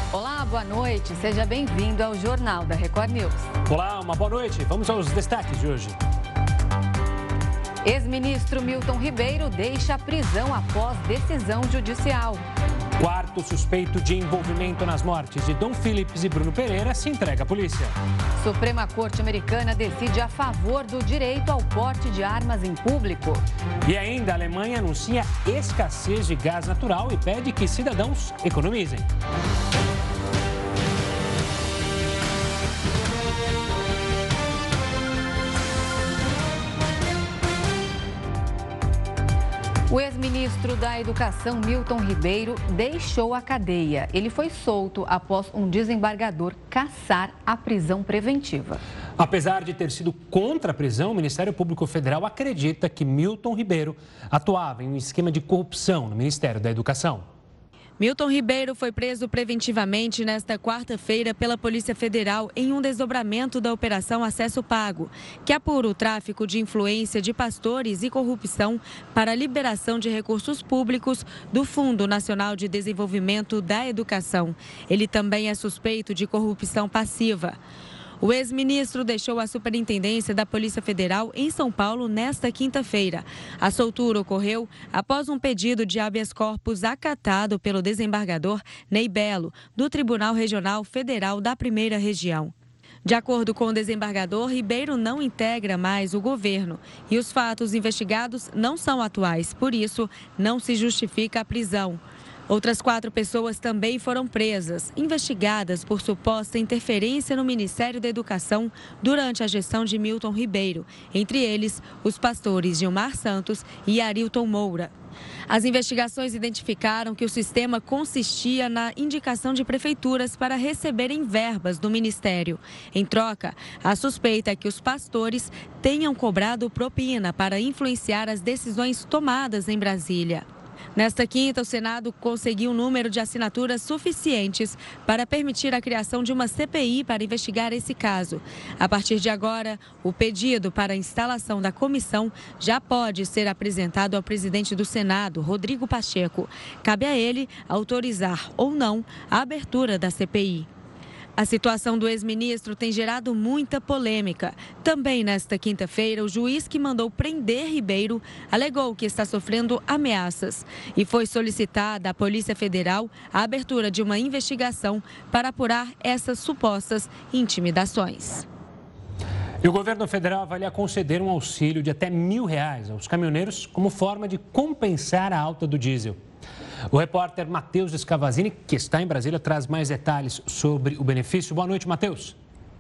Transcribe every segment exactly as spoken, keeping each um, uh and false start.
Olá, boa noite. Seja bem-vindo ao Jornal da Record News. Olá, uma boa noite. Vamos aos destaques de hoje. Ex-ministro Milton Ribeiro deixa a prisão após decisão judicial. Quarto suspeito de envolvimento nas mortes de Dom Phillips e Bruno Pereira se entrega à polícia. Suprema Corte Americana decide a favor do direito ao porte de armas em público. E ainda a Alemanha anuncia escassez de gás natural e pede que cidadãos economizem. O ex-ministro da Educação, Milton Ribeiro, deixou a cadeia. Ele foi solto após um desembargador cassar a prisão preventiva. Apesar de ter sido contra a prisão, o Ministério Público Federal acredita que Milton Ribeiro atuava em um esquema de corrupção no Ministério da Educação. Milton Ribeiro foi preso preventivamente nesta quarta-feira pela Polícia Federal em um desdobramento da Operação Acesso Pago, que apura o tráfico de influência de pastores e corrupção para a liberação de recursos públicos do Fundo Nacional de Desenvolvimento da Educação. Ele também é suspeito de corrupção passiva. O ex-ministro deixou a superintendência da Polícia Federal em São Paulo nesta quinta-feira. A soltura ocorreu após um pedido de habeas corpus acatado pelo desembargador Ney Belo, do Tribunal Regional Federal da Primeira Região. De acordo com o desembargador, Ribeiro não integra mais o governo e os fatos investigados não são atuais, por isso não se justifica a prisão. Outras quatro pessoas também foram presas, investigadas por suposta interferência no Ministério da Educação durante a gestão de Milton Ribeiro, entre eles os pastores Gilmar Santos e Arilton Moura. As investigações identificaram que o sistema consistia na indicação de prefeituras para receberem verbas do Ministério. Em troca, a suspeita é que os pastores tenham cobrado propina para influenciar as decisões tomadas em Brasília. Nesta quinta, o Senado conseguiu um número de assinaturas suficientes para permitir a criação de uma C P I para investigar esse caso. A partir de agora, o pedido para a instalação da comissão já pode ser apresentado ao presidente do Senado, Rodrigo Pacheco. Cabe a ele autorizar ou não a abertura da C P I. A situação do ex-ministro tem gerado muita polêmica. Também nesta quinta-feira, o juiz que mandou prender Ribeiro alegou que está sofrendo ameaças e foi solicitada à Polícia Federal a abertura de uma investigação para apurar essas supostas intimidações. E o governo federal avalia conceder um auxílio de até mil reais aos caminhoneiros como forma de compensar a alta do diesel. O repórter Matheus Escavazini, que está em Brasília, traz mais detalhes sobre o benefício. Boa noite, Matheus.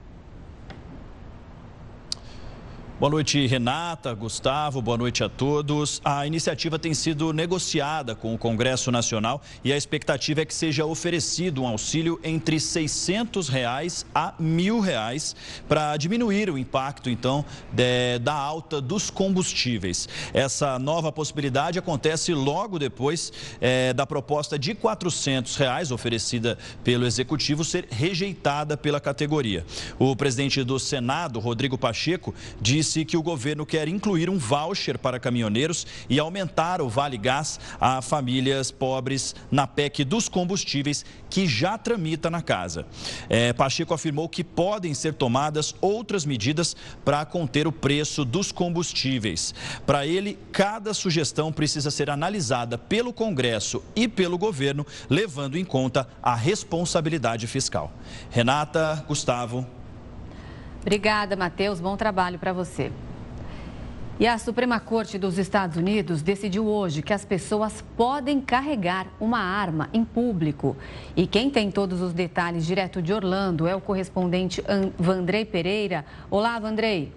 Boa noite, Renata, Gustavo, boa noite a todos. A iniciativa tem sido negociada com o Congresso Nacional e a expectativa é que seja oferecido um auxílio entre seiscentos reais a mil reais para diminuir o impacto, então, de, da alta dos combustíveis. Essa nova possibilidade acontece logo depois é, da proposta de quatrocentos reais oferecida pelo Executivo ser rejeitada pela categoria. O presidente do Senado, Rodrigo Pacheco, disse que o governo quer incluir um voucher para caminhoneiros e aumentar o Vale Gás a famílias pobres na P E C dos combustíveis que já tramita na casa. É, Pacheco afirmou que podem ser tomadas outras medidas para conter o preço dos combustíveis. Para ele, cada sugestão precisa ser analisada pelo Congresso e pelo governo, levando em conta a responsabilidade fiscal. Renata, Gustavo. Obrigada, Matheus. Bom trabalho para você. E a Suprema Corte dos Estados Unidos decidiu hoje que as pessoas podem carregar uma arma em público. E quem tem todos os detalhes direto de Orlando é o correspondente Vandrei Pereira. Olá, Vandrei.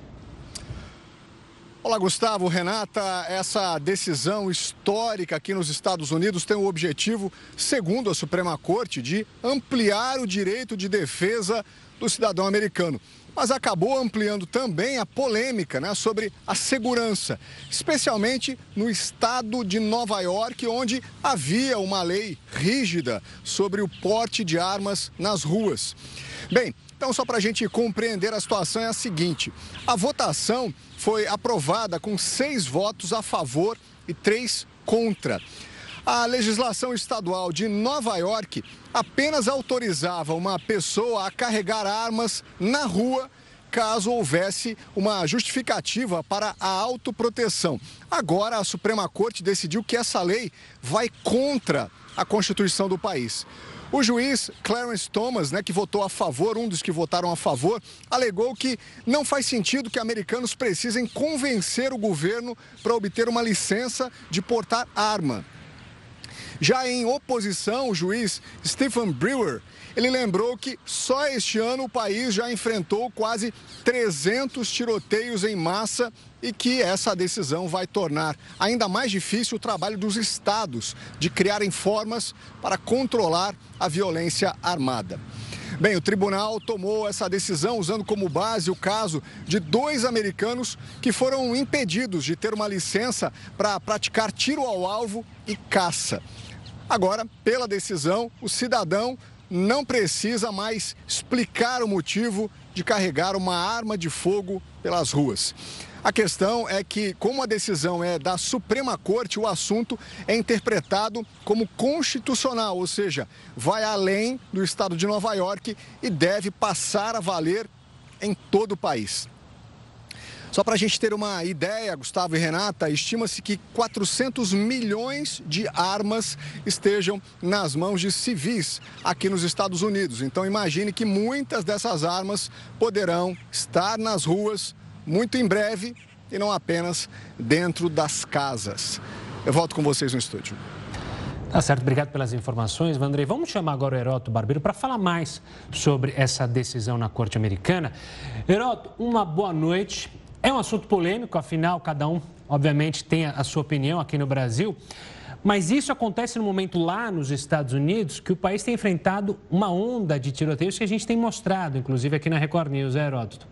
Olá, Gustavo, Renata. Essa decisão histórica aqui nos Estados Unidos tem o objetivo, segundo a Suprema Corte, de ampliar o direito de defesa do cidadão americano. Mas acabou ampliando também a polêmica, né, sobre a segurança, especialmente no estado de Nova York, onde havia uma lei rígida sobre o porte de armas nas ruas. Bem, então só para a gente compreender a situação é a seguinte: a votação foi aprovada com seis votos a favor e três contra. A legislação estadual de Nova York apenas autorizava uma pessoa a carregar armas na rua caso houvesse uma justificativa para a autoproteção. Agora, a Suprema Corte decidiu que essa lei vai contra a Constituição do país. O juiz Clarence Thomas, né, que votou a favor, um dos que votaram a favor, alegou que não faz sentido que americanos precisem convencer o governo para obter uma licença de portar arma. Já em oposição, o juiz Stephen Brewer, ele lembrou que só este ano o país já enfrentou quase trezentos tiroteios em massa e que essa decisão vai tornar ainda mais difícil o trabalho dos estados de criarem formas para controlar a violência armada. Bem, o tribunal tomou essa decisão usando como base o caso de dois americanos que foram impedidos de ter uma licença para praticar tiro ao alvo e caça. Agora, pela decisão, o cidadão não precisa mais explicar o motivo de carregar uma arma de fogo pelas ruas. A questão é que, como a decisão é da Suprema Corte, o assunto é interpretado como constitucional, ou seja, vai além do estado de Nova York e deve passar a valer em todo o país. Só para a gente ter uma ideia, Gustavo e Renata, estima-se que quatrocentos milhões de armas estejam nas mãos de civis aqui nos Estados Unidos. Então imagine que muitas dessas armas poderão estar nas ruas muito em breve e não apenas dentro das casas. Eu volto com vocês no estúdio. Tá certo, obrigado pelas informações, Vandrei. Vamos chamar agora o Heródoto Barbeiro para falar mais sobre essa decisão na Corte Americana. Heródoto, uma boa noite. É um assunto polêmico, afinal, cada um, obviamente, tem a sua opinião aqui no Brasil. Mas isso acontece no momento lá nos Estados Unidos que o país tem enfrentado uma onda de tiroteios que a gente tem mostrado, inclusive aqui na Record News, né, Heródoto?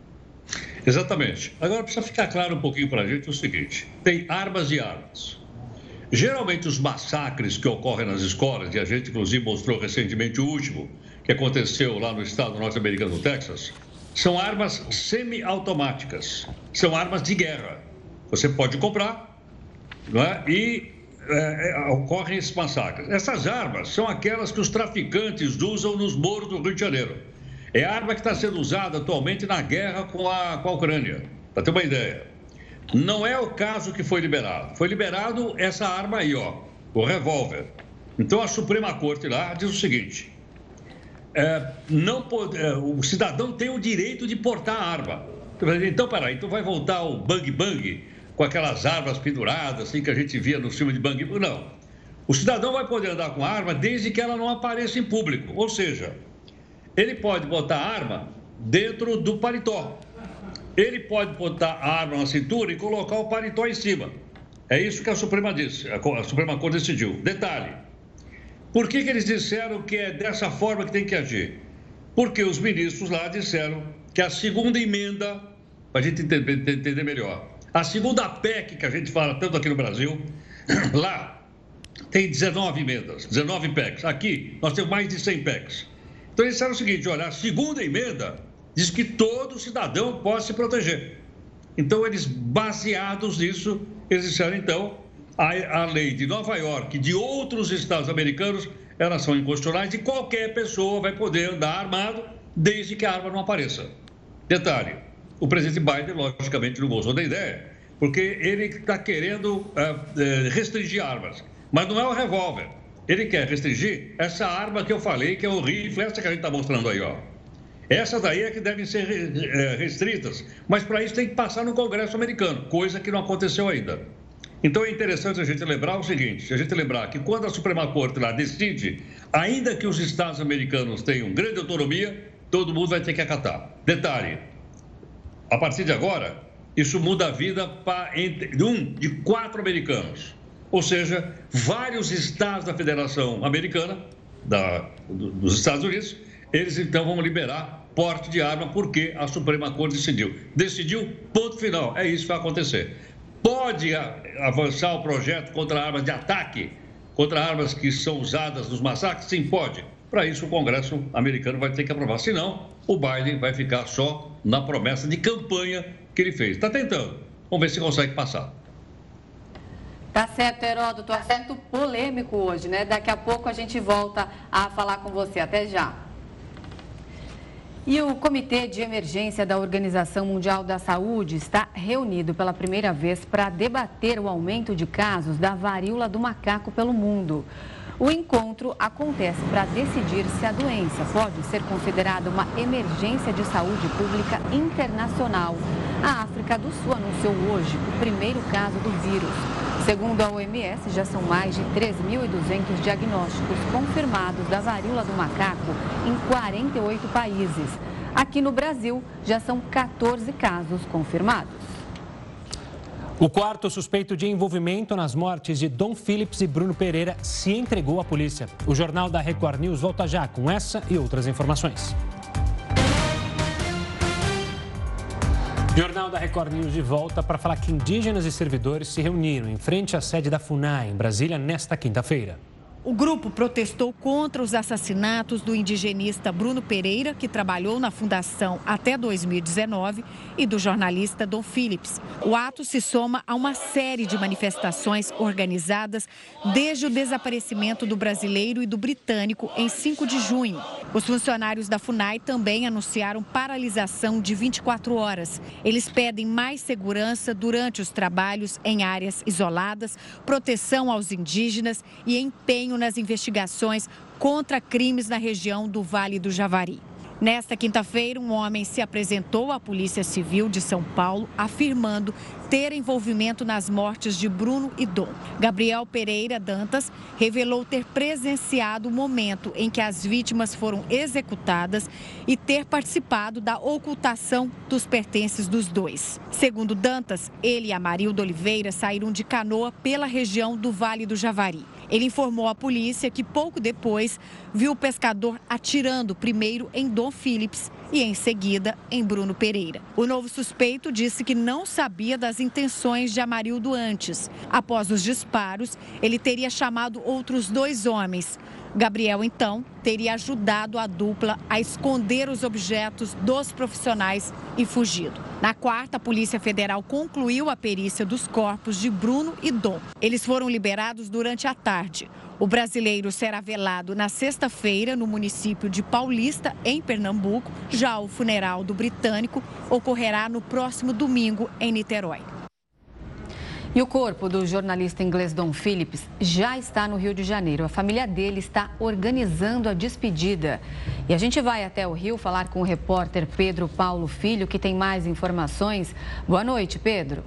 Exatamente. Agora precisa ficar claro um pouquinho para a gente o seguinte: tem armas e armas. Geralmente os massacres que ocorrem nas escolas, e a gente inclusive mostrou recentemente o último, que aconteceu lá no estado norte-americano do Texas, são armas semiautomáticas, são armas de guerra. Você pode comprar, não é? E é, ocorrem esses massacres. Essas armas são aquelas que os traficantes usam nos morros do Rio de Janeiro. É a arma que está sendo usada atualmente na guerra com a, com a Ucrânia, para ter uma ideia. Não é o caso que foi liberado. Foi liberado essa arma aí, ó, o revólver. Então a Suprema Corte lá diz o seguinte: é, não pode, é, o cidadão tem o direito de portar a arma. Então, peraí, então vai voltar o bang bang com aquelas armas penduradas, assim que a gente via no filme de bang bang? Não. O cidadão vai poder andar com a arma desde que ela não apareça em público. Ou seja, ele pode botar a arma dentro do paletó. Ele pode botar a arma na cintura e colocar o paletó em cima. É isso que a Suprema disse, a Suprema Corte decidiu. Detalhe: por que que eles disseram que é dessa forma que tem que agir? Porque os ministros lá disseram que a segunda emenda, para a gente entender, entender melhor, a segunda P E C que a gente fala tanto aqui no Brasil, lá tem dezenove emendas, dezenove P E Cs. Aqui nós temos mais de cem P E Cs. Então eles disseram o seguinte: olha, a segunda emenda diz que todo cidadão pode se proteger. Então eles, baseados nisso, eles disseram então, a, a lei de Nova York e de outros estados americanos, elas são inconstitucionais e qualquer pessoa vai poder andar armado desde que a arma não apareça. Detalhe: o presidente Biden, logicamente, não gostou da ideia, porque ele está querendo uh, uh, restringir armas, mas não é o revólver. Ele quer restringir essa arma que eu falei, que é o rifle, essa que a gente está mostrando aí, ó. Essas daí é que devem ser restritas, mas para isso tem que passar no Congresso americano, coisa que não aconteceu ainda. Então é interessante a gente lembrar o seguinte: a gente lembrar que quando a Suprema Corte lá decide, ainda que os estados americanos tenham grande autonomia, todo mundo vai ter que acatar. Detalhe: a partir de agora, isso muda a vida para entre um de quatro americanos. Ou seja, vários estados da Federação Americana, da, dos Estados Unidos, eles então vão liberar porte de arma porque a Suprema Corte decidiu. Decidiu, ponto final. É isso que vai acontecer. Pode avançar o projeto contra armas de ataque, contra armas que são usadas nos massacres? Sim, pode. Para isso, o Congresso americano vai ter que aprovar. Senão, o Biden vai ficar só na promessa de campanha que ele fez. Está tentando. Vamos ver se consegue passar. Tá certo, Heródoto, assunto polêmico hoje, né? Daqui a pouco a gente volta a falar com você. Até já. E o Comitê de Emergência da Organização Mundial da Saúde está reunido pela primeira vez para debater o aumento de casos da varíola do macaco pelo mundo. O encontro acontece para decidir se a doença pode ser considerada uma emergência de saúde pública internacional. A África do Sul anunciou hoje o primeiro caso do vírus. Segundo a O M S, já são mais de três mil e duzentos diagnósticos confirmados da varíola do macaco em quarenta e oito países. Aqui no Brasil, já são quatorze casos confirmados. O quarto suspeito de envolvimento nas mortes de Dom Phillips e Bruno Pereira se entregou à polícia. O Jornal da Record News volta já com essa e outras informações. Jornal da Record News de volta para falar que indígenas e servidores se reuniram em frente à sede da FUNAI, em Brasília, nesta quinta-feira. O grupo protestou contra os assassinatos do indigenista Bruno Pereira, que trabalhou na fundação até dois mil e dezenove, e do jornalista Dom Phillips. O ato se soma a uma série de manifestações organizadas desde o desaparecimento do brasileiro e do britânico em cinco de junho. Os funcionários da FUNAI também anunciaram paralisação de vinte e quatro horas. Eles pedem mais segurança durante os trabalhos em áreas isoladas, proteção aos indígenas e empenho nas investigações contra crimes na região do Vale do Javari. Nesta quinta-feira, um homem se apresentou à Polícia Civil de São Paulo, afirmando ter envolvimento nas mortes de Bruno e Dom. Gabriel Pereira Dantas revelou ter presenciado o momento em que as vítimas foram executadas e ter participado da ocultação dos pertences dos dois. Segundo Dantas, ele e Amarildo Oliveira saíram de canoa pela região do Vale do Javari. Ele informou à polícia que pouco depois viu o pescador atirando primeiro em Dom Phillips e em seguida em Bruno Pereira. O novo suspeito disse que não sabia das intenções de Amarildo antes. Após os disparos, ele teria chamado outros dois homens. Gabriel, então, teria ajudado a dupla a esconder os objetos dos profissionais e fugido. Na quarta, a Polícia Federal concluiu a perícia dos corpos de Bruno e Dom. Eles foram liberados durante a tarde. O brasileiro será velado na sexta-feira no município de Paulista, em Pernambuco. Já o funeral do britânico ocorrerá no próximo domingo, em Niterói. E o corpo do jornalista inglês Dom Phillips já está no Rio de Janeiro. A família dele está organizando a despedida. E a gente vai até o Rio falar com o repórter Pedro Paulo Filho, que tem mais informações. Boa noite, Pedro.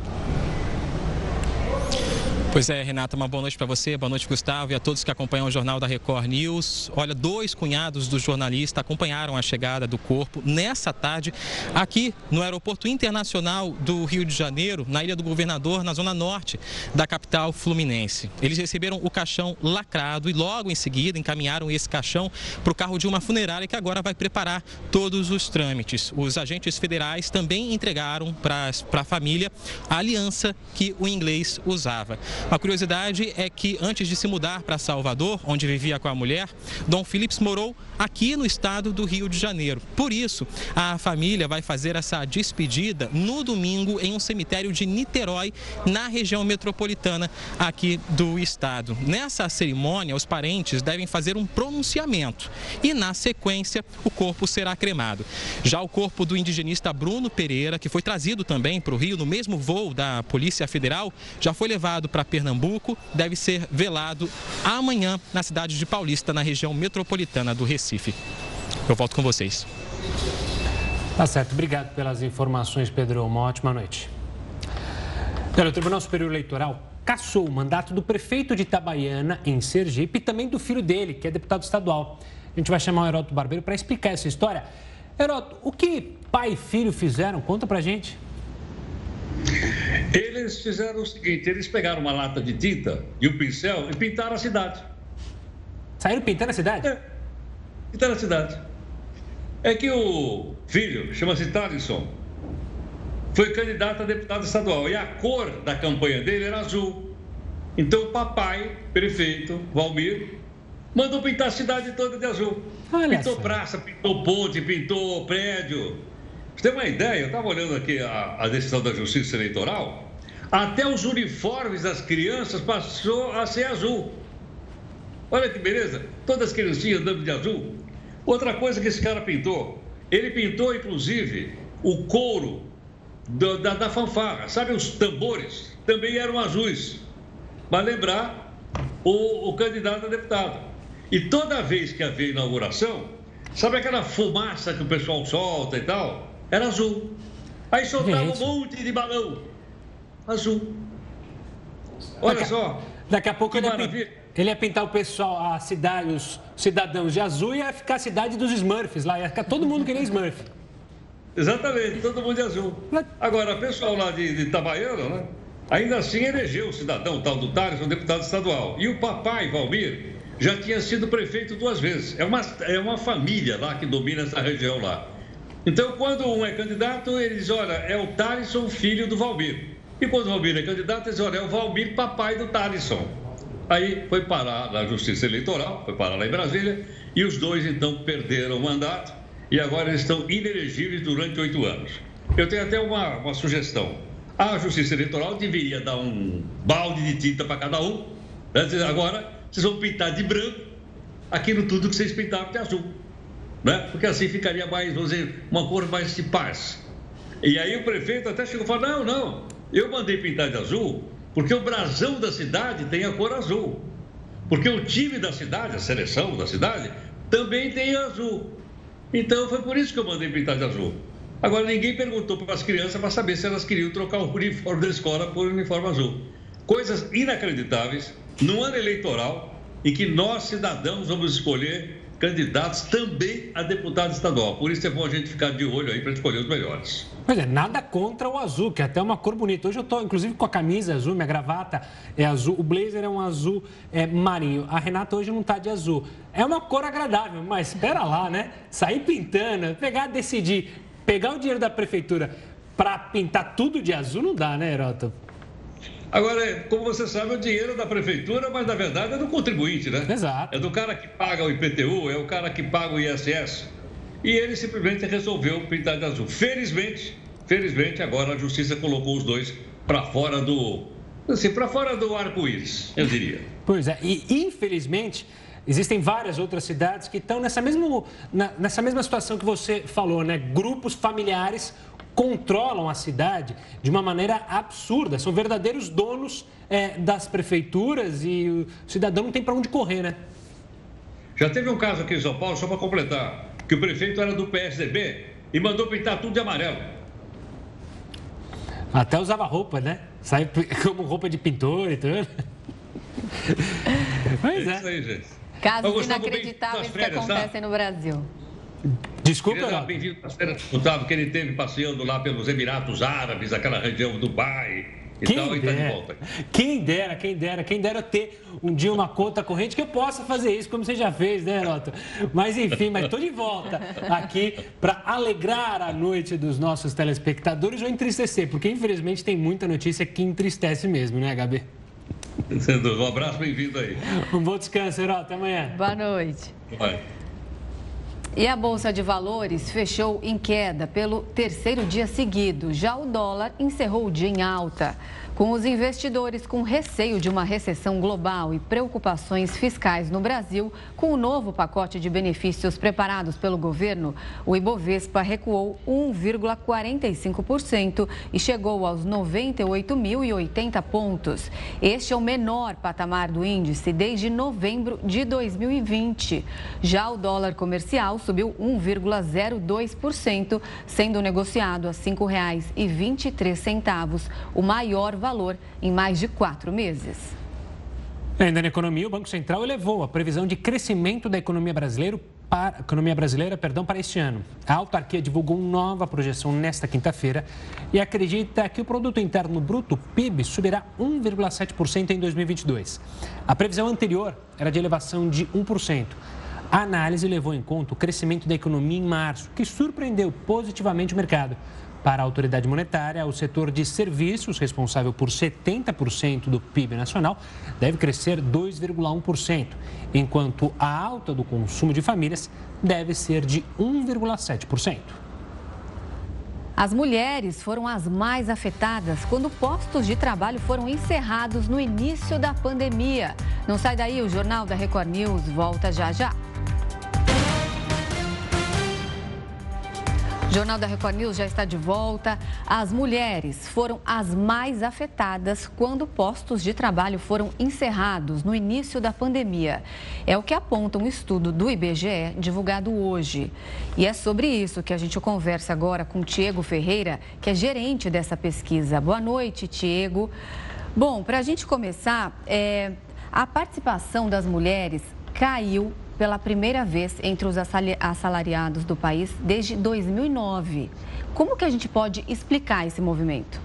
Pois é, Renata, uma boa noite para você, boa noite, Gustavo, e a todos que acompanham o Jornal da Record News. Olha, dois cunhados do jornalista acompanharam a chegada do corpo nessa tarde aqui no Aeroporto Internacional do Rio de Janeiro, na Ilha do Governador, na zona norte da capital fluminense. Eles receberam o caixão lacrado e logo em seguida encaminharam esse caixão para o carro de uma funerária que agora vai preparar todos os trâmites. Os agentes federais também entregaram para a família a aliança que o inglês usava. A curiosidade é que antes de se mudar para Salvador, onde vivia com a mulher, Dom Phillips morou aqui no estado do Rio de Janeiro. Por isso, a família vai fazer essa despedida no domingo em um cemitério de Niterói, na região metropolitana aqui do estado. Nessa cerimônia, os parentes devem fazer um pronunciamento e, na sequência, o corpo será cremado. Já o corpo do indigenista Bruno Pereira, que foi trazido também para o Rio no mesmo voo da Polícia Federal, já foi levado para Pernambuco, deve ser velado amanhã na cidade de Paulista, na região metropolitana do Recife. Eu volto com vocês. Tá certo, obrigado pelas informações, Pedro. Uma ótima noite. O Tribunal Superior Eleitoral cassou o mandato do prefeito de Itabaiana, em Sergipe, e também do filho dele, que é deputado estadual. A gente vai chamar o Heródoto Barbeiro para explicar essa história. Heródoto, o que pai e filho fizeram? Conta pra gente. Eles fizeram o seguinte, eles pegaram uma lata de tinta e um pincel e pintaram a cidade. Saíram pintando a cidade? É, pintaram a cidade. É que o filho, chama-se Thalisson, foi candidato a deputado estadual e a cor da campanha dele era azul. Então o papai, prefeito, Valmir, mandou pintar a cidade toda de azul. Olha pintou só. Praça, pintou ponte, pintou prédio. Você tem uma ideia? Eu estava olhando aqui a, a decisão da Justiça Eleitoral. Até os uniformes das crianças passou a ser azul. Olha que beleza, todas as criancinhas andando de azul. Outra coisa que esse cara pintou, ele pintou inclusive o couro do, da, da fanfarra, sabe, os tambores também eram azuis, para lembrar o, o candidato a deputado. E toda vez que havia inauguração, sabe aquela fumaça que o pessoal solta e tal? Era azul. Aí soltava um monte de balão azul. Olha daqui, só. Daqui a pouco ele ia, ele ia pintar o pessoal, a cidade, os cidadãos de azul e ia ficar a cidade dos Smurfs lá. Ia ficar todo mundo que nem Smurf. Exatamente, todo mundo de azul. Agora, o pessoal lá de, de Itabaiana, né? Ainda assim elegeu o cidadão, o tal do Thales, um deputado estadual. E o papai, Valmir, já tinha sido prefeito duas vezes. É uma, é uma família lá que domina essa região lá. Então, quando um é candidato, ele diz, olha, é o Thaleson, filho do Valmir. E quando o Valmir é candidato, ele diz, olha, é o Valmir, papai do Thaleson. Aí foi parar na Justiça Eleitoral, foi parar lá em Brasília, e os dois, então, perderam o mandato e agora eles estão inelegíveis durante oito anos. Eu tenho até uma, uma sugestão. A Justiça Eleitoral deveria dar um balde de tinta para cada um. Agora, vocês vão pintar de branco aquilo tudo que vocês pintaram de azul. Né? Porque assim ficaria mais, vamos dizer, uma cor mais de paz. E aí o prefeito até chegou e falou, não, não, eu mandei pintar de azul porque o brasão da cidade tem a cor azul. Porque o time da cidade, a seleção da cidade, também tem azul. Então foi por isso que eu mandei pintar de azul. Agora ninguém perguntou para as crianças para saber se elas queriam trocar o uniforme da escola por uniforme azul. Coisas inacreditáveis no ano eleitoral em que nós, cidadãos, vamos escolher candidatos também a deputado estadual. Por isso é bom a gente ficar de olho aí para escolher os melhores. Pois é, nada contra o azul, que é até uma cor bonita. Hoje eu estou, inclusive, com a camisa azul, minha gravata é azul, o blazer é um azul é, marinho. A Renata hoje não está de azul. É uma cor agradável, mas espera lá, né? Sair pintando, pegar, decidir, pegar o dinheiro da prefeitura para pintar tudo de azul não dá, né, Heroto? Agora, como você sabe, o dinheiro da prefeitura, mas na verdade é do contribuinte, né? Exato. É do cara que paga o I P T U, é o cara que paga o I S S. E ele simplesmente resolveu pintar de azul. Felizmente, felizmente, agora a justiça colocou os dois para fora do, assim, para fora do arco-íris, eu diria. Pois é, e infelizmente existem várias outras cidades que estão nessa mesma, na, nessa mesma situação que você falou, né? Grupos familiares controlam a cidade de uma maneira absurda. São verdadeiros donos é, das prefeituras e o cidadão não tem para onde correr, né? Já teve um caso aqui em São Paulo, só para completar, que o prefeito era do P S D B e mandou pintar tudo de amarelo. Até usava roupa, né? Sai como roupa de pintor e tudo. Pois é. É isso aí, gente. Casos inacreditáveis que acontecem no Brasil. Desculpa, Queria dar bem-vindo às férias do Gustavo, que ele esteve passeando lá pelos Emirados Árabes, aquela região do Dubai e quem tal, e está de volta. Quem dera, quem dera, quem dera ter um dia uma conta corrente que eu possa fazer isso, como você já fez, né, Heroto? Mas enfim, mas estou de volta aqui para alegrar a noite dos nossos telespectadores ou entristecer, porque infelizmente tem muita notícia que entristece mesmo, né, Gabi? Um abraço, bem-vindo aí. Um bom descanso, Heroto, até amanhã. Boa noite. Vai. E a Bolsa de Valores fechou em queda pelo terceiro dia seguido. Já o dólar encerrou o dia em alta. Com os investidores com receio de uma recessão global e preocupações fiscais no Brasil, com o novo pacote de benefícios preparados pelo governo, o Ibovespa recuou um vírgula quarenta e cinco por cento e chegou aos noventa e oito mil e oitenta pontos. Este é o menor patamar do índice desde novembro de dois mil e vinte. Já o dólar comercial subiu um vírgula zero dois por cento, sendo negociado a cinco reais e vinte e três centavos, o maior valor em mais de quatro meses. Ainda na economia, o Banco Central elevou a previsão de crescimento da economia brasileira para, economia brasileira, perdão, para este ano. A autarquia divulgou nova projeção nesta quinta-feira e acredita que o Produto Interno Bruto, P I B, subirá um vírgula sete por cento em dois mil e vinte e dois. A previsão anterior era de elevação de um por cento. A análise levou em conta o crescimento da economia em março, que surpreendeu positivamente o mercado. Para a autoridade monetária, o setor de serviços, responsável por setenta por cento do P I B nacional, deve crescer dois vírgula um por cento, enquanto a alta do consumo de famílias deve ser de um vírgula sete por cento. As mulheres foram as mais afetadas quando postos de trabalho foram encerrados no início da pandemia. Não sai daí, o Jornal da Record News volta já já. O Jornal da Record News já está de volta. As mulheres foram as mais afetadas quando postos de trabalho foram encerrados no início da pandemia. É o que aponta um estudo do I B G E divulgado hoje. E é sobre isso que a gente conversa agora com Tiago Ferreira, que é gerente dessa pesquisa. Boa noite, Tiago. Bom, para a gente começar, é, a participação das mulheres caiu pela primeira vez entre os assalariados do país desde dois mil e nove. Como que a gente pode explicar esse movimento?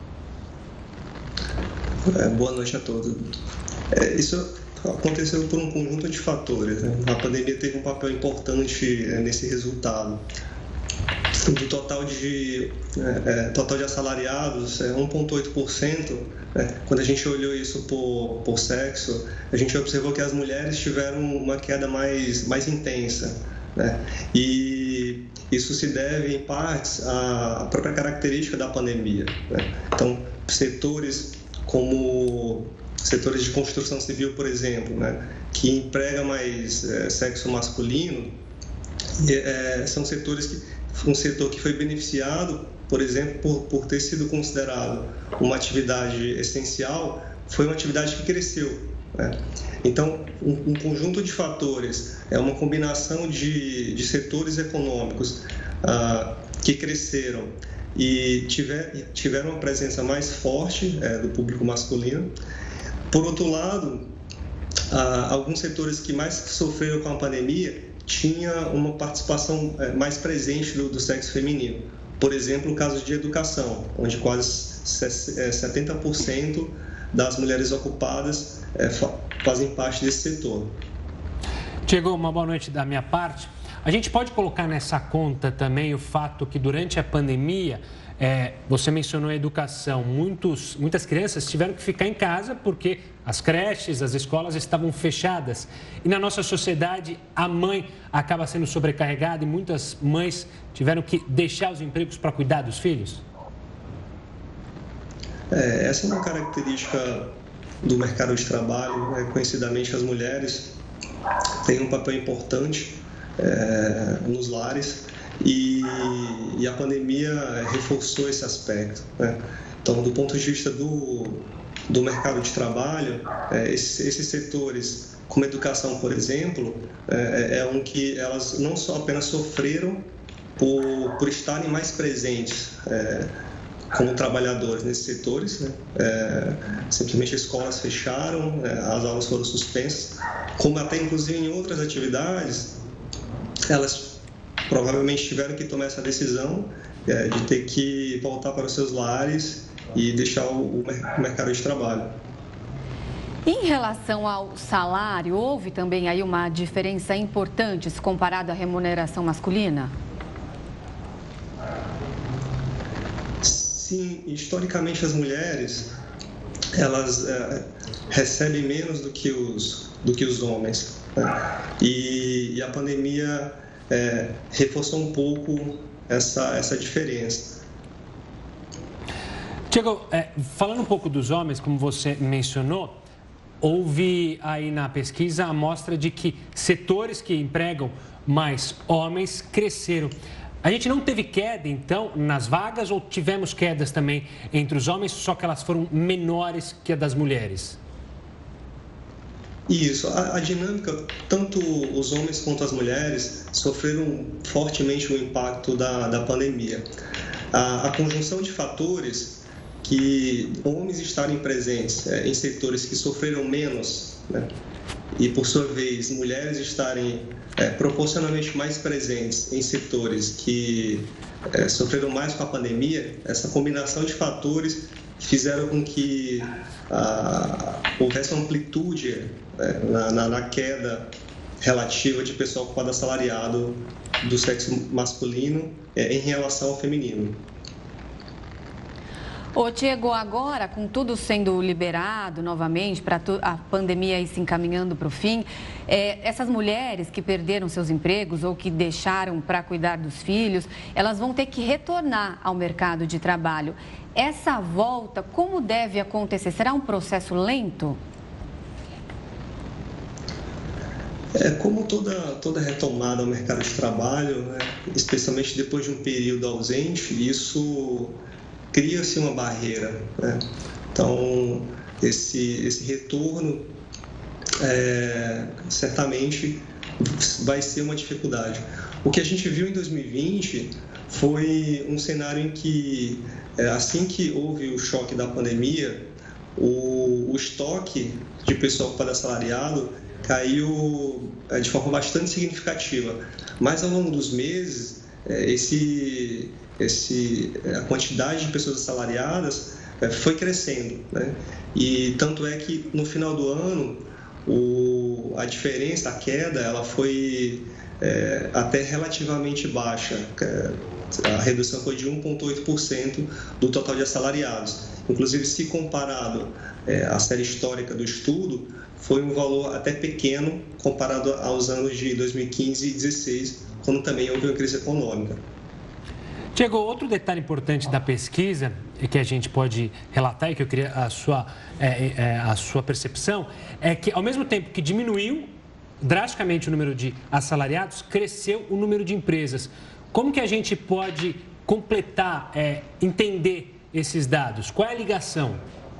É, boa noite a todos. É, isso aconteceu por um conjunto de fatores, né? A pandemia teve um papel importante é, nesse resultado. Do total de, é, total de assalariados, é, um vírgula oito por cento, é, quando a gente olhou isso por, por sexo, a gente observou que as mulheres tiveram uma queda mais, mais intensa, né? E isso se deve, em partes, à própria característica da pandemia, né? Então, setores como setores de construção civil, por exemplo, né, que emprega mais é, sexo masculino, é, são setores que um setor que foi beneficiado, por exemplo, por, por ter sido considerado uma atividade essencial, foi uma atividade que cresceu, né? Então, um, um conjunto de fatores, é uma combinação de, de setores econômicos ah, que cresceram e tiver, tiveram uma presença mais forte é, do público masculino. Por outro lado, ah, alguns setores que mais sofreram com a pandemia tinha uma participação mais presente do, do sexo feminino. Por exemplo, o caso de educação, onde quase setenta por cento das mulheres ocupadas é, fazem parte desse setor. Tiago, uma boa noite da minha parte. A gente pode colocar nessa conta também o fato que durante a pandemia, é, você mencionou a educação, muitos, muitas crianças tiveram que ficar em casa porque as creches, as escolas estavam fechadas. E na nossa sociedade, a mãe acaba sendo sobrecarregada e muitas mães tiveram que deixar os empregos para cuidar dos filhos? É, essa é uma característica do mercado de trabalho. Né? Conhecidamente, as mulheres têm um papel importante é, nos lares e, e a pandemia reforçou esse aspecto, né? Então, do ponto de vista do, do mercado de trabalho, é, esses, esses setores, como educação, por exemplo, é, é um que elas não só apenas sofreram por, por estarem mais presentes é, como trabalhadores nesses setores, né? É, simplesmente escolas fecharam, é, as aulas foram suspensas, como até inclusive em outras atividades, elas provavelmente tiveram que tomar essa decisão é, de ter que voltar para os seus lares e deixar o, o mercado de trabalho. Em relação ao salário, houve também aí uma diferença importante se comparado à remuneração masculina? Sim, historicamente as mulheres, elas é, recebem menos do que os, do que os homens, né? e, e a pandemia é, reforçou um pouco essa, essa diferença. Tiago, é, falando um pouco dos homens, como você mencionou, houve aí na pesquisa a amostra de que setores que empregam mais homens cresceram. A gente não teve queda, então, nas vagas ou tivemos quedas também entre os homens, só que elas foram menores que a das mulheres? Isso. A, a dinâmica, tanto os homens quanto as mulheres sofreram fortemente o impacto da, da pandemia. A, a conjunção de fatores que homens estarem presentes é, em setores que sofreram menos, né, e, por sua vez, mulheres estarem é, proporcionalmente mais presentes em setores que é, sofreram mais com a pandemia, essa combinação de fatores fizeram com que ah, houvesse uma amplitude é, na, na, na queda relativa de pessoal ocupado assalariado do sexo masculino é, em relação ao feminino. Ô, Diego, agora, com tudo sendo liberado novamente, para a pandemia ir se encaminhando para o fim, é, essas mulheres que perderam seus empregos ou que deixaram para cuidar dos filhos, elas vão ter que retornar ao mercado de trabalho. Essa volta, como deve acontecer? Será um processo lento? É, como toda, toda retomada ao mercado de trabalho, né, especialmente depois de um período ausente, isso cria-se uma barreira, né? Então, esse, esse retorno é, certamente vai ser uma dificuldade. O que a gente viu em dois mil e vinte foi um cenário em que, é, assim que houve o choque da pandemia, o, o estoque de pessoal ocupado assalariado caiu é, de forma bastante significativa. Mas, ao longo dos meses, é, esse... Esse, a quantidade de pessoas assalariadas foi crescendo, né? E tanto é que no final do ano o, a diferença, a queda, ela foi é, até relativamente baixa. A redução foi de um vírgula oito por cento do total de assalariados. Inclusive, se comparado é, à série histórica do estudo, foi um valor até pequeno comparado aos anos de dois mil e quinze e dois mil e dezesseis, quando também houve uma crise econômica. Diego, outro detalhe importante da pesquisa que a gente pode relatar e que eu queria a sua, é, é, a sua percepção é que, ao mesmo tempo que diminuiu drasticamente o número de assalariados, cresceu o número de empresas. Como que a gente pode completar, é, entender esses dados? Qual é a ligação?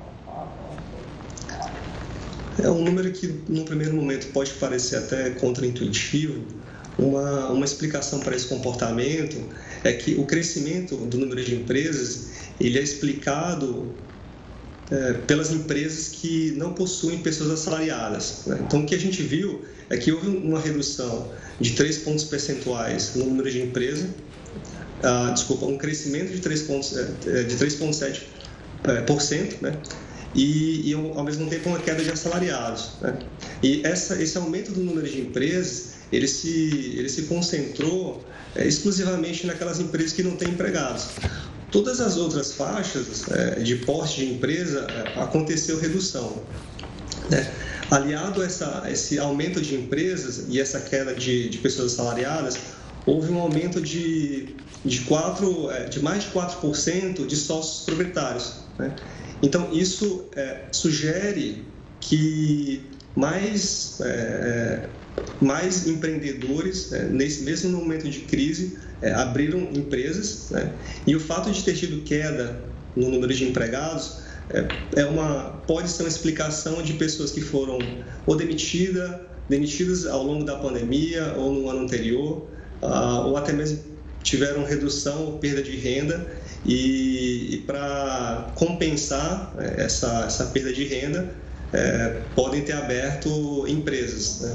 É um número que, num primeiro momento, pode parecer até contraintuitivo. Uma, uma explicação para esse comportamento é que o crescimento do número de empresas ele é explicado é, pelas empresas que não possuem pessoas assalariadas, né? Então, o que a gente viu é que houve uma redução de três pontos percentuais no número de empresas, ah, desculpa, um crescimento de três vírgula sete por cento, né? E, e, ao mesmo tempo, uma queda de assalariados, né? E essa, esse aumento do número de empresas ele se, ele se concentrou é, exclusivamente naquelas empresas que não têm empregados. Todas as outras faixas é, de porte de empresa é, aconteceu redução, né? Aliado a essa, esse aumento de empresas e essa queda de, de pessoas assalariadas, houve um aumento de, de, quatro, é, de mais de quatro por cento de sócios proprietários, né? Então, isso é, sugere que mais... É, mais empreendedores, né, nesse mesmo momento de crise, é, abriram empresas, né, e o fato de ter tido queda no número de empregados é, é uma, pode ser uma explicação de pessoas que foram ou demitidas, demitidas ao longo da pandemia ou no ano anterior, ah, ou até mesmo tiveram redução ou perda de renda e, e para compensar né, essa, essa perda de renda, é, podem ter aberto empresas, né?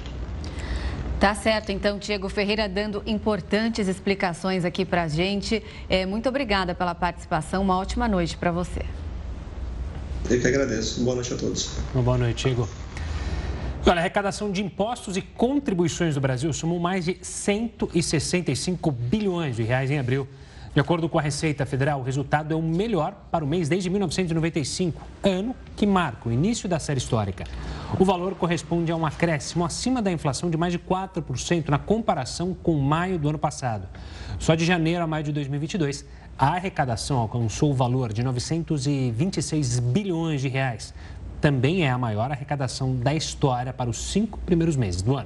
Tá certo, então, Diego Ferreira dando importantes explicações aqui para a gente. É, muito obrigada pela participação, uma ótima noite para você. Eu que agradeço. Boa noite a todos. Uma boa noite, Diego. Olha, a arrecadação de impostos e contribuições do Brasil somou mais de cento e sessenta e cinco bilhões de reais em abril. De acordo com a Receita Federal, o resultado é o melhor para o mês desde mil novecentos e noventa e cinco, ano que marca o início da série histórica. O valor corresponde a um acréscimo acima da inflação de mais de quatro por cento na comparação com maio do ano passado. Só de janeiro a maio de dois mil e vinte e dois, a arrecadação alcançou o valor de novecentos e vinte e seis bilhões de reais. Também é a maior arrecadação da história para os cinco primeiros meses do ano.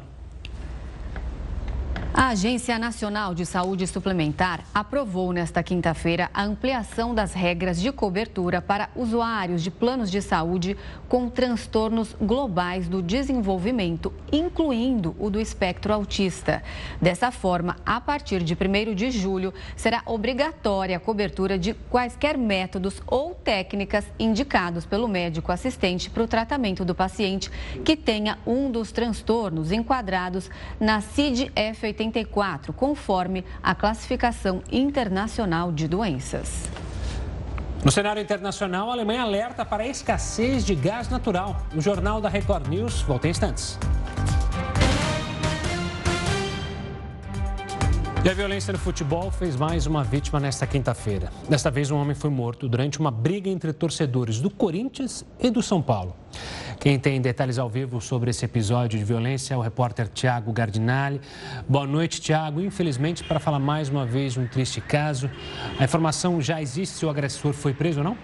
A Agência Nacional de Saúde Suplementar aprovou nesta quinta-feira a ampliação das regras de cobertura para usuários de planos de saúde com transtornos globais do desenvolvimento, incluindo o do espectro autista. Dessa forma, a partir de primeiro de julho, será obrigatória a cobertura de quaisquer métodos ou técnicas indicados pelo médico assistente para o tratamento do paciente que tenha um dos transtornos enquadrados na C I D F oitenta e quatro, conforme a classificação internacional de doenças. No cenário internacional, a Alemanha alerta para a escassez de gás natural. O Jornal da Record News volta em instantes. E a violência no futebol fez mais uma vítima nesta quinta-feira. Desta vez, um homem foi morto durante uma briga entre torcedores do Corinthians e do São Paulo. Quem tem detalhes ao vivo sobre esse episódio de violência é o repórter Thiago Gardinali. Boa noite, Thiago. Infelizmente, para falar mais uma vez de um triste caso, a informação já existe se o agressor foi preso ou não?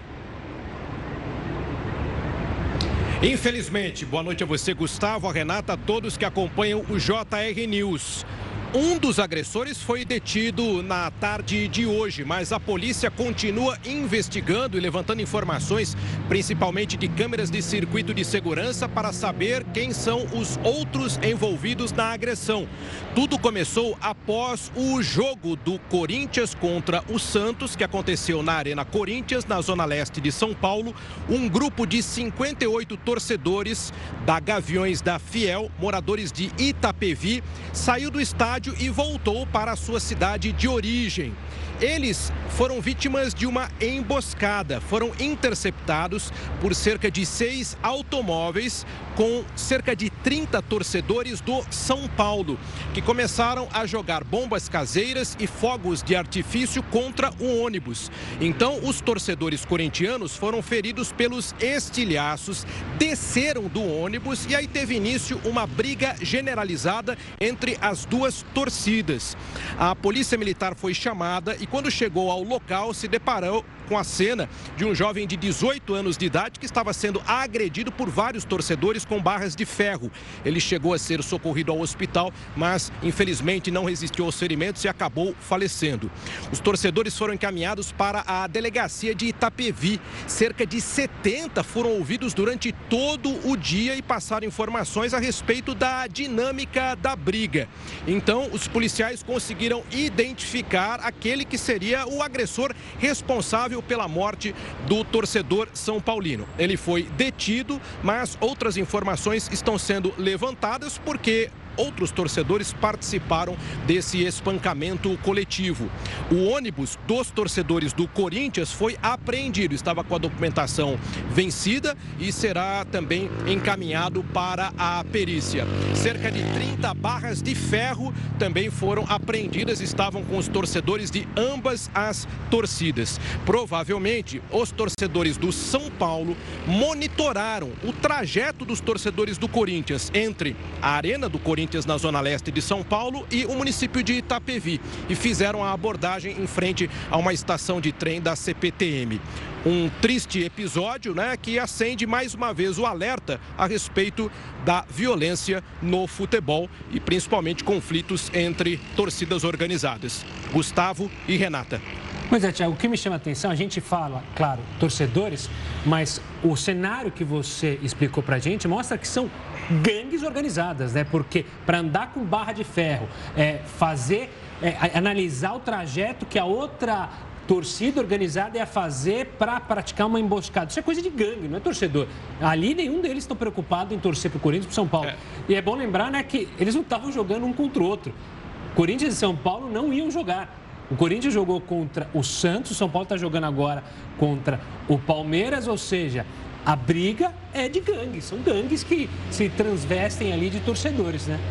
Infelizmente. Boa noite a você, Gustavo, a Renata, a todos que acompanham o J R News. Um dos agressores foi detido na tarde de hoje, mas a polícia continua investigando e levantando informações, principalmente de câmeras de circuito de segurança, para saber quem são os outros envolvidos na agressão. Tudo começou após o jogo do Corinthians contra o Santos, que aconteceu na Arena Corinthians, na zona leste de São Paulo. Um grupo de cinquenta e oito torcedores da Gaviões da Fiel, moradores de Itapevi, saiu do estádio e voltou para a sua cidade de origem. Eles foram vítimas de uma emboscada, foram interceptados por cerca de seis automóveis com cerca de trinta torcedores do São Paulo, que começaram a jogar bombas caseiras e fogos de artifício contra o ônibus. Então, os torcedores corintianos foram feridos pelos estilhaços, desceram do ônibus e aí teve início uma briga generalizada entre as duas torcidas. A polícia militar foi chamada e quando chegou ao local se deparou com a cena de um jovem de dezoito anos de idade que estava sendo agredido por vários torcedores com barras de ferro. Ele chegou a ser socorrido ao hospital, mas infelizmente não resistiu aos ferimentos e acabou falecendo. Os torcedores foram encaminhados para a delegacia de Itapevi. Cerca de setenta foram ouvidos durante todo o dia e passaram informações a respeito da dinâmica da briga. Então, os policiais conseguiram identificar aquele que seria o agressor responsável pela morte do torcedor são paulino. Ele foi detido, mas outras informações estão sendo levantadas porque outros torcedores participaram desse espancamento coletivo. O ônibus dos torcedores do Corinthians foi apreendido, estava com a documentação vencida e será também encaminhado para a perícia. Cerca de trinta barras de ferro também foram apreendidas, estavam com os torcedores de ambas as torcidas. Provavelmente, os torcedores do São Paulo monitoraram o trajeto dos torcedores do Corinthians entre a Arena do Corinthians na zona leste de São Paulo e o município de Itapevi e fizeram a abordagem em frente a uma estação de trem da C P T M. Um triste episódio, né, que acende mais uma vez o alerta a respeito da violência no futebol e principalmente conflitos entre torcidas organizadas. Gustavo e Renata. Pois é, Thiago, o que me chama a atenção, a gente fala, claro, torcedores, mas o cenário que você explicou pra gente mostra que são gangues organizadas, né? Porque para andar com barra de ferro, é, fazer, é, analisar o trajeto que a outra torcida organizada ia fazer para praticar uma emboscada. Isso é coisa de gangue, não é torcedor. Ali nenhum deles está preocupado em torcer pro Corinthians e pro São Paulo. É. E é bom lembrar, né, que eles não estavam jogando um contra o outro. Corinthians e São Paulo não iam jogar. O Corinthians jogou contra o Santos, o São Paulo está jogando agora contra o Palmeiras, ou seja, a briga é de gangues, são gangues que se transvestem ali de torcedores, né?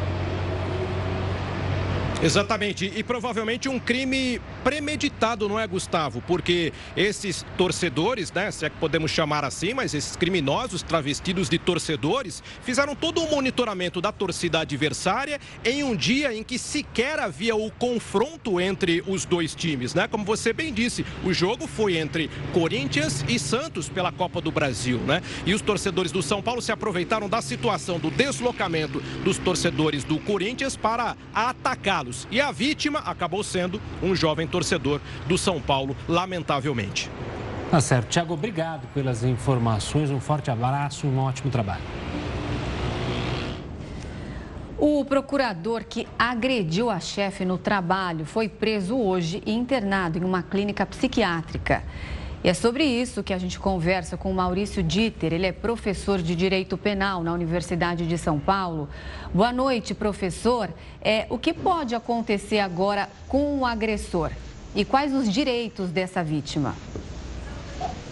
Exatamente, e provavelmente um crime premeditado, não é, Gustavo? Porque esses torcedores, né, se é que podemos chamar assim, mas esses criminosos travestidos de torcedores fizeram todo um monitoramento da torcida adversária em um dia em que sequer havia o confronto entre os dois times, né? Como você bem disse, o jogo foi entre Corinthians e Santos pela Copa do Brasil, né? E os torcedores do São Paulo se aproveitaram da situação do deslocamento dos torcedores do Corinthians para atacá-los. E a vítima acabou sendo um jovem torcedor do São Paulo, lamentavelmente. Tá certo. Thiago, obrigado pelas informações. Um forte abraço e um ótimo trabalho. O procurador que agrediu a chefe no trabalho foi preso hoje e internado em uma clínica psiquiátrica. E é sobre isso que a gente conversa com o Maurício Dieter. Ele é professor de Direito Penal na Universidade de São Paulo. Boa noite, professor. É, o que pode acontecer agora com o agressor? E quais os direitos dessa vítima?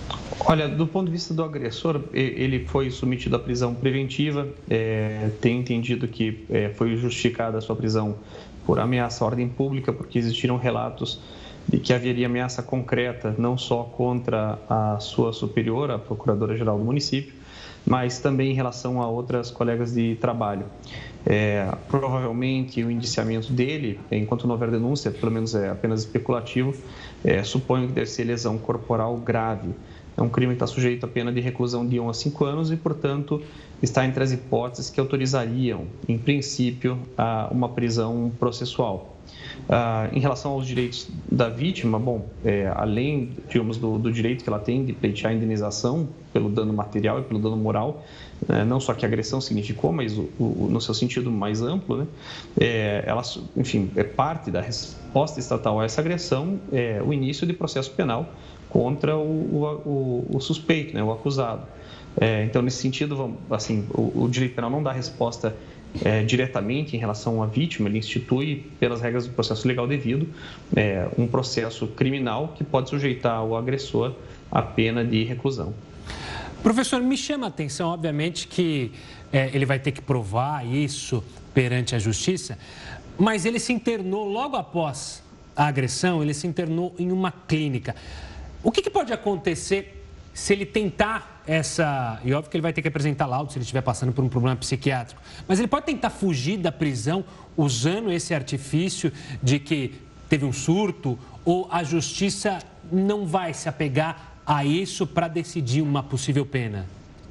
Olha, do ponto de vista do agressor, ele foi submetido à prisão preventiva, é, tem entendido que é, foi justificada a sua prisão por ameaça à ordem pública, porque existiram relatos de que haveria ameaça concreta, não só contra a sua superior, a procuradora-geral do município, mas também em relação a outras colegas de trabalho. É, provavelmente o indiciamento dele, enquanto não houver denúncia, pelo menos é apenas especulativo, é, suponho que deve ser lesão corporal grave. É um crime que está sujeito a pena de reclusão de um a cinco anos e, portanto, está entre as hipóteses que autorizariam, em princípio, uma prisão processual. Ah, em relação aos direitos da vítima, bom, é, além, digamos, do, do direito que ela tem de pleitear a indenização pelo dano material e pelo dano moral, né, não só que a agressão significou, mas o, o, no seu sentido mais amplo, né, é, ela, enfim, é parte da resposta estatal a essa agressão, é, o início de processo penal contra o, o, o suspeito, né, o acusado. É, então, nesse sentido, vamos, assim, o, o direito penal não dá resposta É, diretamente em relação à vítima, ele institui, pelas regras do processo legal devido, é, um processo criminal que pode sujeitar o agressor à pena de reclusão. Professor, me chama a atenção, obviamente, que é, ele vai ter que provar isso perante a justiça, mas ele se internou logo após a agressão, ele se internou em uma clínica. O que, que pode acontecer se ele tentar essa... E óbvio que ele vai ter que apresentar laudo se ele estiver passando por um problema psiquiátrico. Mas ele pode tentar fugir da prisão usando esse artifício de que teve um surto, ou a justiça não vai se apegar a isso para decidir uma possível pena?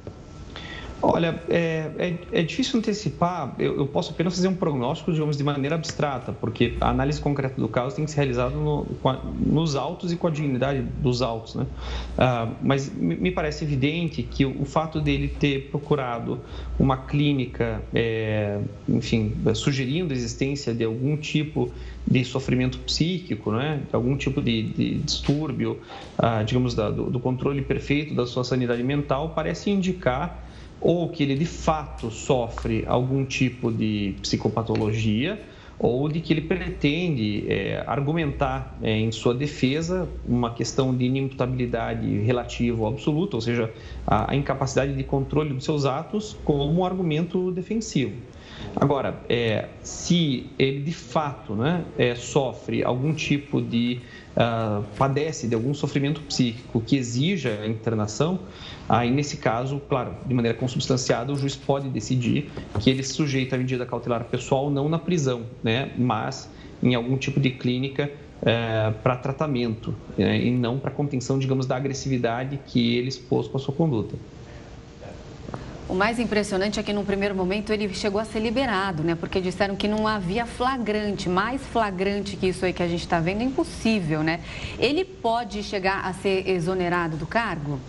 Olha, é, é, é difícil antecipar, eu, eu posso apenas fazer um prognóstico, digamos, de maneira abstrata, porque a análise concreta do caso tem que ser realizada no, nos autos e com a dignidade dos autos, né? Ah, mas me parece evidente que o, o fato dele ter procurado uma clínica, é, enfim, sugerindo a existência de algum tipo de sofrimento psíquico, né? De algum tipo de, de distúrbio, ah, digamos, da, do, do controle perfeito da sua sanidade mental, parece indicar ou que ele de fato sofre algum tipo de psicopatologia, ou de que ele pretende é, argumentar é, em sua defesa uma questão de inimputabilidade relativa ou absoluta, ou seja, a, a incapacidade de controle dos seus atos como um argumento defensivo. Agora, é, se ele de fato, né, é, sofre algum tipo de, uh, padece de algum sofrimento psíquico que exija a internação, aí nesse caso, claro, de maneira consubstanciada, o juiz pode decidir que ele se sujeita à medida cautelar pessoal não na prisão, né, mas em algum tipo de clínica é, para tratamento, né, e não para contenção, digamos, da agressividade que ele expôs com a sua conduta. O mais impressionante é que, num primeiro momento, ele chegou a ser liberado, né? Porque disseram que não havia flagrante. Mais flagrante que isso aí que a gente está vendo é impossível, né? Ele pode chegar a ser exonerado do cargo?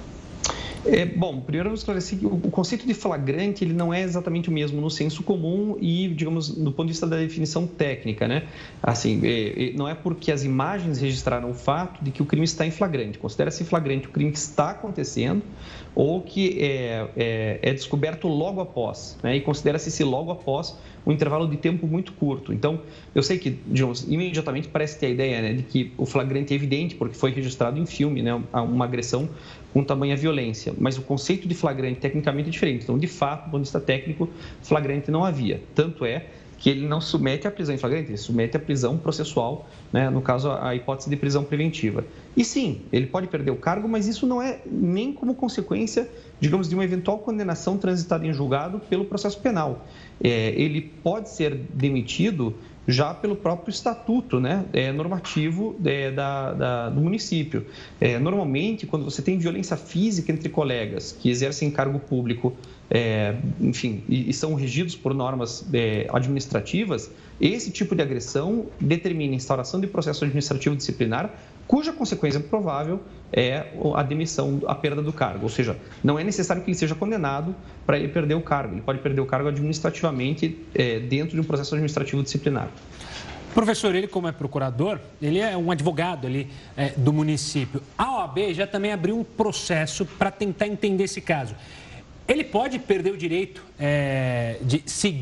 É, bom, primeiro eu esclareci que o conceito de flagrante ele não é exatamente o mesmo no senso comum e, digamos, do ponto de vista da definição técnica, né? Assim, é, é, não é porque as imagens registraram o fato de que o crime está em flagrante. Considera-se flagrante o crime que está acontecendo ou que é, é, é descoberto logo após, né? E considera-se esse logo após um intervalo de tempo muito curto. Então, eu sei que, digamos, imediatamente parece ter a ideia, né, de que o flagrante é evidente porque foi registrado em filme, né, uma agressão com tamanha violência, mas o conceito de flagrante tecnicamente é diferente. Então, de fato, do ponto de vista técnico, flagrante não havia. Tanto é que ele não submete à prisão em flagrante, ele submete à prisão processual, né, no caso, a hipótese de prisão preventiva. E sim, ele pode perder o cargo, mas isso não é nem como consequência, digamos, de uma eventual condenação transitada em julgado pelo processo penal. É, ele pode ser demitido já pelo próprio estatuto, né, é, normativo é, da, da, do município. É, normalmente, quando você tem violência física entre colegas que exercem cargo público, é, enfim, e, e são regidos por normas é, administrativas, esse tipo de agressão determina a instauração de processo administrativo disciplinar, cuja consequência provável é a demissão, a perda do cargo. Ou seja, não é necessário que ele seja condenado para ele perder o cargo. Ele pode perder o cargo administrativamente é, dentro de um processo administrativo disciplinar. Professor, ele como é procurador, ele é um advogado ali é, do município. A O A B já também abriu um processo para tentar entender esse caso. Ele pode perder o direito é, de seguir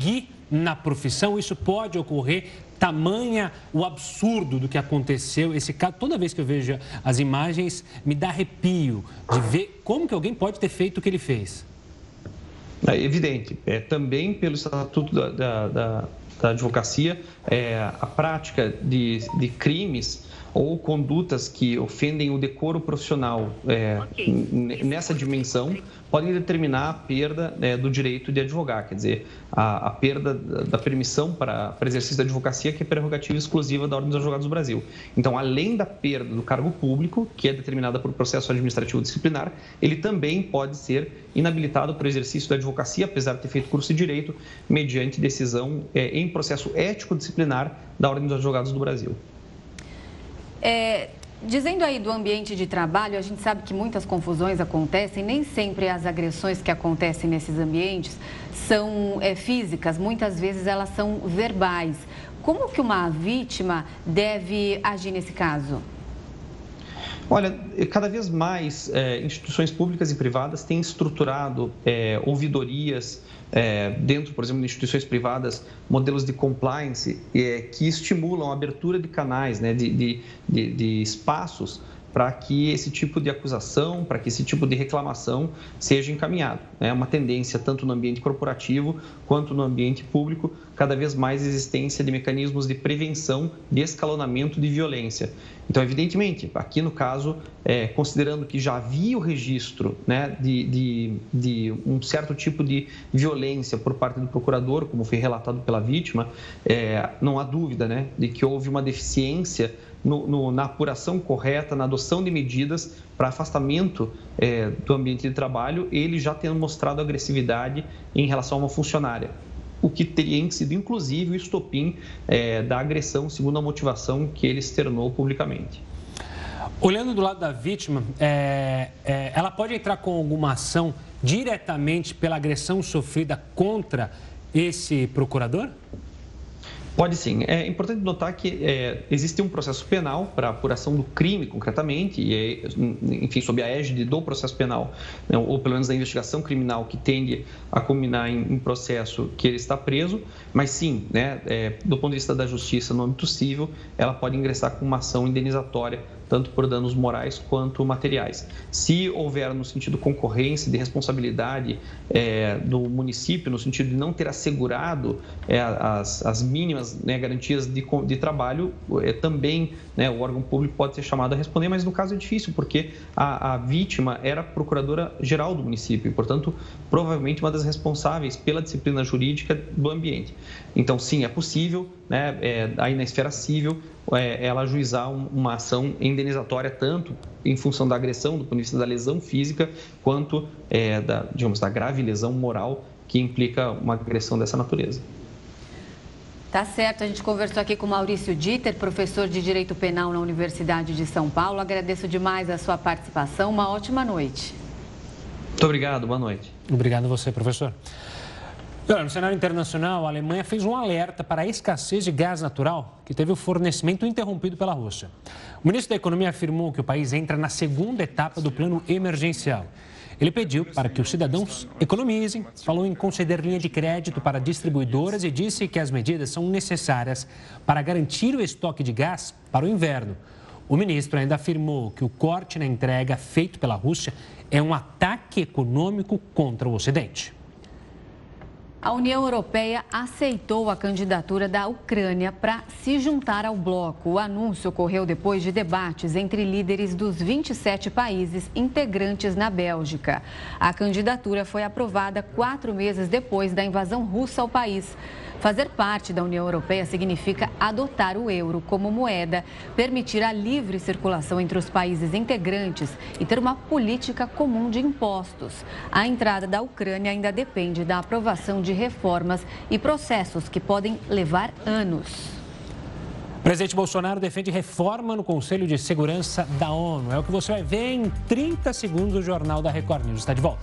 na profissão? Isso pode ocorrer? Tamanha o absurdo do que aconteceu. Esse caso, toda vez que eu vejo as imagens, me dá arrepio de ver como que alguém pode ter feito o que ele fez. É evidente. É, também pelo Estatuto da, da, da, da Advocacia, é, a prática de, de crimes ou condutas que ofendem o decoro profissional é, nessa dimensão podem determinar a perda é, do direito de advogar, quer dizer, a, a perda da permissão para, para exercício da advocacia, que é prerrogativa exclusiva da Ordem dos Advogados do Brasil. Então, além da perda do cargo público, que é determinada por processo administrativo disciplinar, ele também pode ser inabilitado para o exercício da advocacia, apesar de ter feito curso de direito, mediante decisão é, em processo ético disciplinar da Ordem dos Advogados do Brasil. É, dizendo aí do ambiente de trabalho, a gente sabe que muitas confusões acontecem, nem sempre as agressões que acontecem nesses ambientes são é, físicas, muitas vezes elas são verbais. Como que uma vítima deve agir nesse caso? Olha, cada vez mais é, instituições públicas e privadas têm estruturado é, ouvidorias é, dentro, por exemplo, de instituições privadas, modelos de compliance é, que estimulam a abertura de canais, né, de, de, de, de espaços para que esse tipo de acusação, para que esse tipo de reclamação seja encaminhado. É uma tendência, tanto no ambiente corporativo quanto no ambiente público, cada vez mais existência de mecanismos de prevenção, de escalonamento de violência. Então, evidentemente, aqui no caso, é, considerando que já havia o registro, né, de, de, de um certo tipo de violência por parte do procurador, como foi relatado pela vítima, é, não há dúvida, né, de que houve uma deficiência No, no, na apuração correta, na adoção de medidas para afastamento é, do ambiente de trabalho, ele já tendo mostrado agressividade em relação a uma funcionária, o que teria sido, inclusive, o estopim é, da agressão, segundo a motivação que ele externou publicamente. Olhando do lado da vítima, é, é, ela pode entrar com alguma ação diretamente pela agressão sofrida contra esse procurador? Pode sim. É importante notar que é, existe um processo penal para apuração do crime, concretamente, e é, enfim, sob a égide do processo penal, né, ou pelo menos da investigação criminal que tende a culminar em, em processo que ele está preso, mas sim, né, é, do ponto de vista da justiça no âmbito civil, ela pode ingressar com uma ação indenizatória, tanto por danos morais quanto materiais. Se houver no sentido de concorrência, de responsabilidade é, do município, no sentido de não ter assegurado é, as, as mínimas, né, garantias de, de trabalho, é, também, né, o órgão público pode ser chamado a responder, mas no caso é difícil, porque a, a vítima era procuradora-geral do município e, portanto, provavelmente uma das responsáveis pela disciplina jurídica do ambiente. Então, sim, é possível, né, é, aí na esfera civil, é, ela ajuizar um, uma ação indenizatória, tanto em função da agressão, do ponto de vista da lesão física, quanto é, da, digamos, da grave lesão moral que implica uma agressão dessa natureza. Tá certo, a gente conversou aqui com Maurício Dieter, professor de Direito Penal na Universidade de São Paulo. Agradeço demais a sua participação, uma ótima noite. Muito obrigado, boa noite. Obrigado a você, professor. No cenário internacional, a Alemanha fez um alerta para a escassez de gás natural, que teve o fornecimento interrompido pela Rússia. O ministro da Economia afirmou que o país entra na segunda etapa do plano emergencial. Ele pediu para que os cidadãos economizem, falou em conceder linha de crédito para distribuidoras e disse que as medidas são necessárias para garantir o estoque de gás para o inverno. O ministro ainda afirmou que o corte na entrega feito pela Rússia é um ataque econômico contra o Ocidente. A União Europeia aceitou a candidatura da Ucrânia para se juntar ao bloco. O anúncio ocorreu depois de debates entre líderes dos vinte e sete países integrantes na Bélgica. A candidatura foi aprovada quatro meses depois da invasão russa ao país. Fazer parte da União Europeia significa adotar o euro como moeda, permitir a livre circulação entre os países integrantes e ter uma política comum de impostos. A entrada da Ucrânia ainda depende da aprovação de reformas e processos que podem levar anos. O presidente Bolsonaro defende reforma no Conselho de Segurança da ONU. É o que você vai ver em trinta segundos do Jornal da Record News. Está de volta.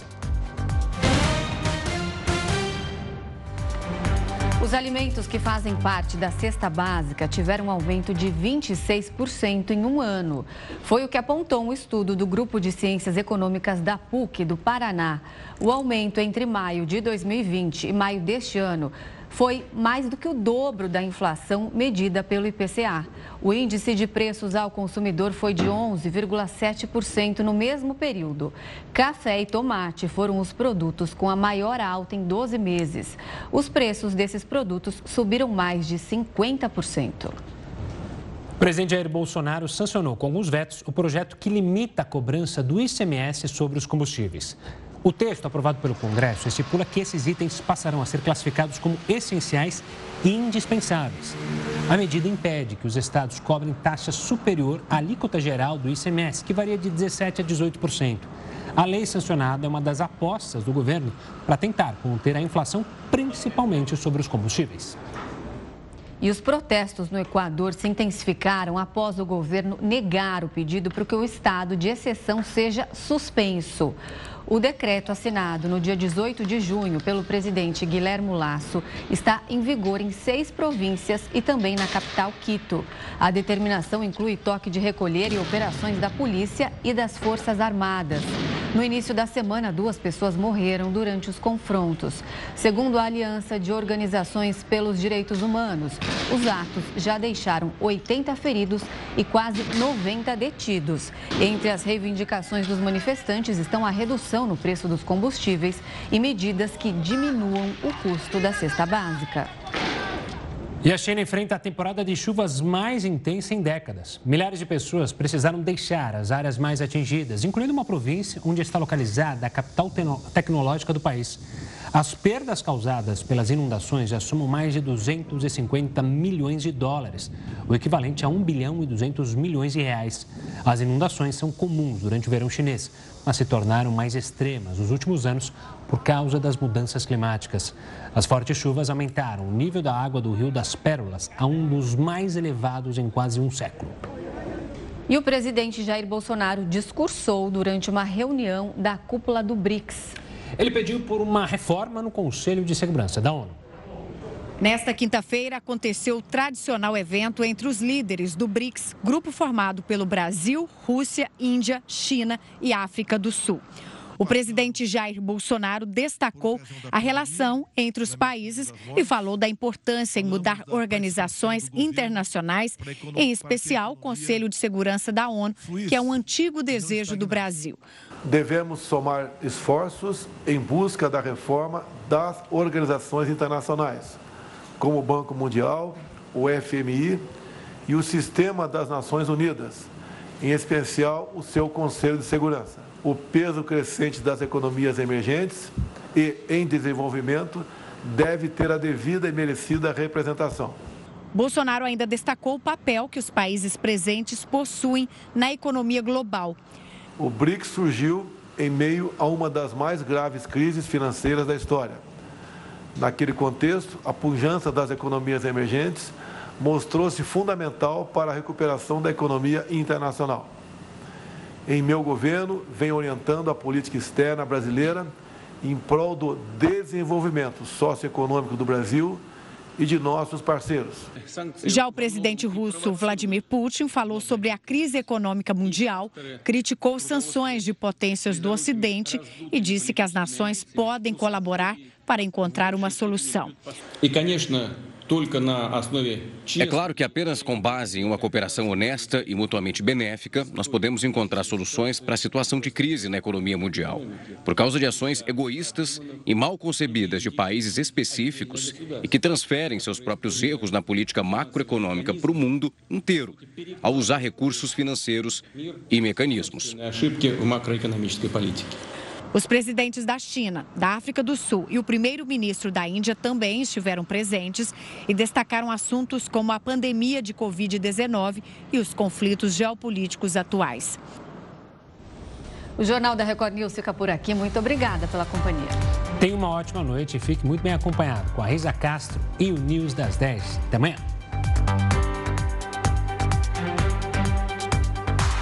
Os alimentos que fazem parte da cesta básica tiveram um aumento de vinte e seis por cento em um ano. Foi o que apontou um estudo do Grupo de Ciências Econômicas da P U C do Paraná. O aumento entre maio de dois mil e vinte e maio deste ano foi mais do que o dobro da inflação medida pelo I P C A. O índice de preços ao consumidor foi de onze vírgula sete por cento no mesmo período. Café e tomate foram os produtos com a maior alta em doze meses. Os preços desses produtos subiram mais de cinquenta por cento. O presidente Jair Bolsonaro sancionou com alguns vetos o projeto que limita a cobrança do I C M S sobre os combustíveis. O texto aprovado pelo Congresso estipula que esses itens passarão a ser classificados como essenciais e indispensáveis. A medida impede que os estados cobrem taxa superior à alíquota geral do I C M S, que varia de dezessete por cento a dezoito por cento. A lei sancionada é uma das apostas do governo para tentar conter a inflação, principalmente sobre os combustíveis. E os protestos no Equador se intensificaram após o governo negar o pedido para que o estado de exceção seja suspenso. O decreto assinado no dia dezoito de junho pelo presidente Guilherme Lasso está em vigor em seis províncias e também na capital Quito. A determinação inclui toque de recolher e operações da polícia e das Forças Armadas. No início da semana, duas pessoas morreram durante os confrontos. Segundo a Aliança de Organizações pelos Direitos Humanos, os atos já deixaram oitenta feridos e quase noventa detidos. Entre as reivindicações dos manifestantes estão a redução no preço dos combustíveis e medidas que diminuam o custo da cesta básica. E a China enfrenta a temporada de chuvas mais intensa em décadas. Milhares de pessoas precisaram deixar as áreas mais atingidas, incluindo uma província onde está localizada a capital tecnológica do país. As perdas causadas pelas inundações já somam mais de duzentos e cinquenta milhões de dólares, o equivalente a um bilhão e duzentos milhões de reais. As inundações são comuns durante o verão chinês, mas se tornaram mais extremas nos últimos anos por causa das mudanças climáticas. As fortes chuvas aumentaram o nível da água do Rio das Pérolas a um dos mais elevados em quase um século. E o presidente Jair Bolsonaro discursou durante uma reunião da cúpula do BRICS. Ele pediu por uma reforma no Conselho de Segurança da ONU. Nesta quinta-feira, aconteceu o tradicional evento entre os líderes do BRICS, grupo formado pelo Brasil, Rússia, Índia, China e África do Sul. O presidente Jair Bolsonaro destacou a relação entre os países e falou da importância em mudar organizações internacionais, em especial o Conselho de Segurança da ONU, que é um antigo desejo do Brasil. Devemos somar esforços em busca da reforma das organizações internacionais, como o Banco Mundial, o F M I e o Sistema das Nações Unidas, em especial o seu Conselho de Segurança. O peso crescente das economias emergentes e em desenvolvimento deve ter a devida e merecida representação. Bolsonaro ainda destacou o papel que os países presentes possuem na economia global. O BRICS surgiu em meio a uma das mais graves crises financeiras da história. Naquele contexto, a pujança das economias emergentes mostrou-se fundamental para a recuperação da economia internacional. Em meu governo, venho orientando a política externa brasileira em prol do desenvolvimento socioeconômico do Brasil e de nossos parceiros. Já o presidente russo Vladimir Putin falou sobre a crise econômica mundial, criticou sanções de potências do Ocidente e disse que as nações podem colaborar para encontrar uma solução. É claro que apenas com base em uma cooperação honesta e mutuamente benéfica, nós podemos encontrar soluções para a situação de crise na economia mundial. Por causa de ações egoístas e mal concebidas de países específicos e que transferem seus próprios erros na política macroeconômica para o mundo inteiro, ao usar recursos financeiros e mecanismos. Os presidentes da China, da África do Sul e o primeiro-ministro da Índia também estiveram presentes e destacaram assuntos como a pandemia de covid dezenove e os conflitos geopolíticos atuais. O Jornal da Record News fica por aqui. Muito obrigada pela companhia. Tenha uma ótima noite e fique muito bem acompanhado com a Risa Castro e o News das dez. Até amanhã.